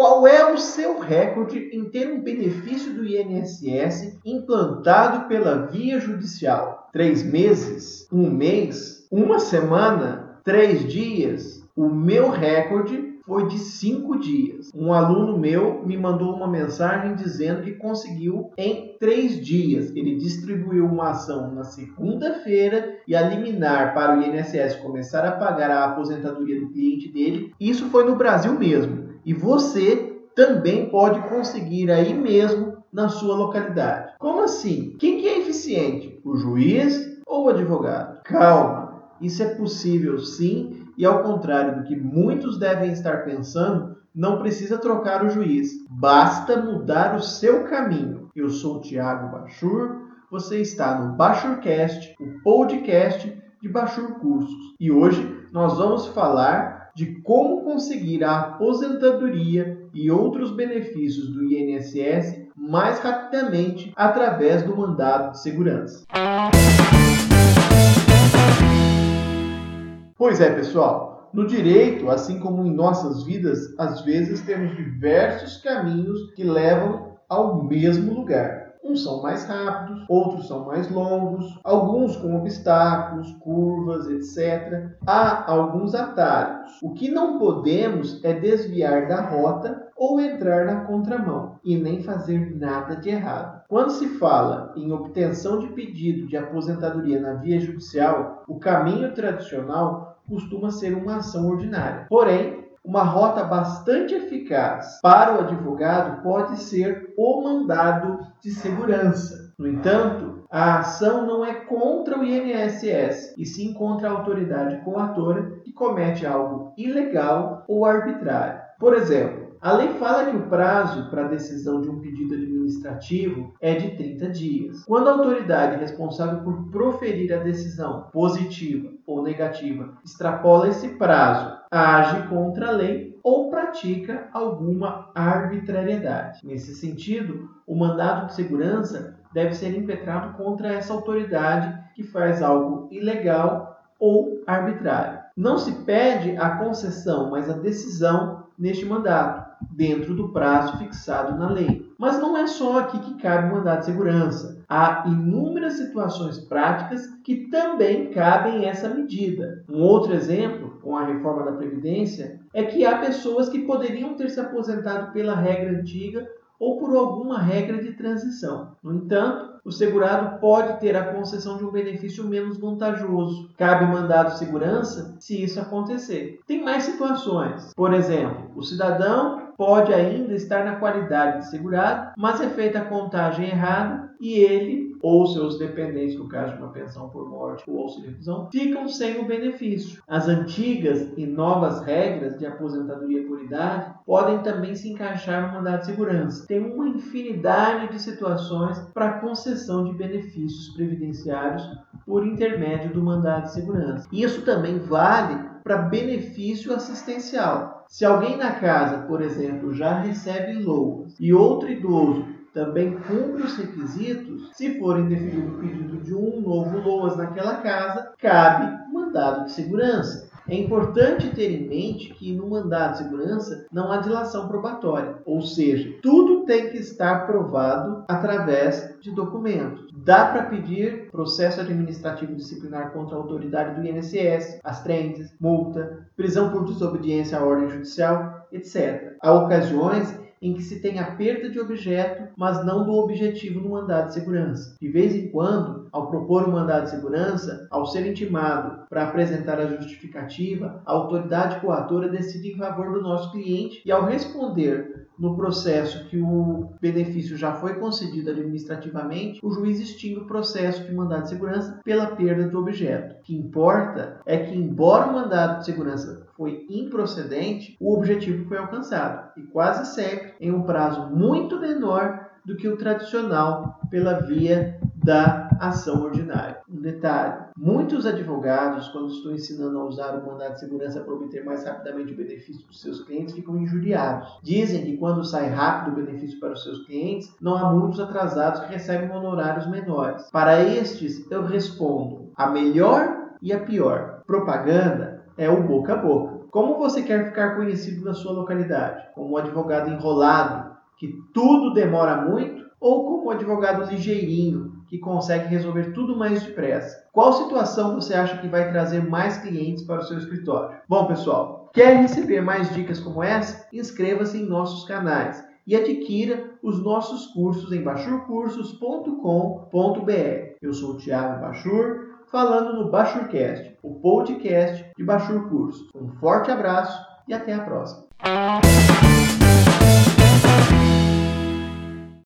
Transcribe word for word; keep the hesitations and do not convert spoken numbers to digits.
Qual é o seu recorde em ter um benefício do I N S S implantado pela via judicial? Três meses? Um mês? Uma semana? Três dias? O meu recorde foi de cinco dias. Um aluno meu me mandou uma mensagem dizendo que conseguiu em três dias. Ele distribuiu uma ação na segunda-feira e a liminar para o I N S S começar a pagar a aposentadoria do cliente dele. Isso foi no Brasil mesmo. E você também pode conseguir aí mesmo na sua localidade. Como assim? Quem que é eficiente? O juiz ou o advogado? Calma, isso é possível sim. E ao contrário do que muitos devem estar pensando, não precisa trocar o juiz. Basta mudar o seu caminho. Eu sou o Thiago Bachur, você está no BachurCast, o podcast de Bachur Cursos. E hoje nós vamos falar de como conseguir a aposentadoria e outros benefícios do I N S S mais rapidamente através do mandado de segurança. Pois é, pessoal, no direito, assim como em nossas vidas, às vezes temos diversos caminhos que levam ao mesmo lugar. Uns são mais rápidos, outros são mais longos, alguns com obstáculos, curvas, etcétera. Há alguns atalhos. O que não podemos é desviar da rota ou entrar na contramão e nem fazer nada de errado. Quando se fala em obtenção de pedido de aposentadoria na via judicial, o caminho tradicional costuma ser uma ação ordinária. Porém, uma rota bastante eficaz para o advogado pode ser o mandado de segurança. No entanto, a ação não é contra o I N S S, e sim contra a autoridade coatora que comete algo ilegal ou arbitrário. Por exemplo, a lei fala que o prazo para a decisão de um pedido administrativo é de trinta dias. Quando a autoridade responsável por proferir a decisão, positiva ou negativa, extrapola esse prazo, age contra a lei ou pratica alguma arbitrariedade. Nesse sentido, o mandado de segurança deve ser impetrado contra essa autoridade que faz algo ilegal ou arbitrário. Não se pede a concessão, mas a decisão neste mandato, dentro do prazo fixado na lei. Mas não é só aqui que cabe o mandado de segurança. Há inúmeras situações práticas que também cabem essa medida. Um outro exemplo, com a reforma da Previdência, é que há pessoas que poderiam ter se aposentado pela regra antiga ou por alguma regra de transição. No entanto, o segurado pode ter a concessão de um benefício menos vantajoso. Cabe mandado de segurança se isso acontecer. Tem mais situações. Por exemplo, o cidadão pode ainda estar na qualidade de segurado, mas é feita a contagem errada e ele ou seus dependentes, no caso de uma pensão por morte ou auxílio revisão, ficam sem o benefício. As antigas e novas regras de aposentadoria por idade podem também se encaixar no mandado de segurança. Tem uma infinidade de situações para concessão de benefícios previdenciários por intermédio do mandado de segurança. Isso também vale para benefício assistencial. Se alguém na casa, por exemplo, já recebe LOAS e outro idoso também cumpre os requisitos, se for indeferido o pedido de um novo LOAS naquela casa, cabe mandado de segurança. É importante ter em mente que no mandado de segurança não há dilação probatória, ou seja, tudo tem que estar provado através de documentos. Dá para pedir processo administrativo disciplinar contra a autoridade do I N S S, astrentes, multa, prisão por desobediência à ordem judicial, etcétera. Há ocasiões em que se tem a perda de objeto, mas não do objetivo no mandado de segurança. De vez em quando, ao propor o mandado de segurança, ao ser intimado para apresentar a justificativa, a autoridade coatora decide em favor do nosso cliente e, ao responder no processo que o benefício já foi concedido administrativamente, o juiz extingue o processo de mandado de segurança pela perda do objeto. O que importa é que, embora o mandado de segurança foi improcedente, o objetivo foi alcançado, e quase sempre em um prazo muito menor do que o tradicional pela via da ação ordinária. Um detalhe, muitos advogados, quando estão ensinando a usar o mandado de segurança para obter mais rapidamente o benefício dos seus clientes, ficam injuriados. Dizem que quando sai rápido o benefício para os seus clientes, não há muitos atrasados que recebem honorários menores. Para estes, eu respondo, a melhor e a pior propaganda é o boca a boca. Como você quer ficar conhecido na sua localidade? Como um advogado enrolado, que tudo demora muito? Ou como um advogado ligeirinho, que consegue resolver tudo mais depressa? Qual situação você acha que vai trazer mais clientes para o seu escritório? Bom, pessoal, quer receber mais dicas como essa? Inscreva-se em nossos canais e adquira os nossos cursos em bachur cursos ponto com ponto b r. Eu sou o Thiago Bachur, falando no BachurCast, o podcast de Bachur Cursos. Um forte abraço e até a próxima.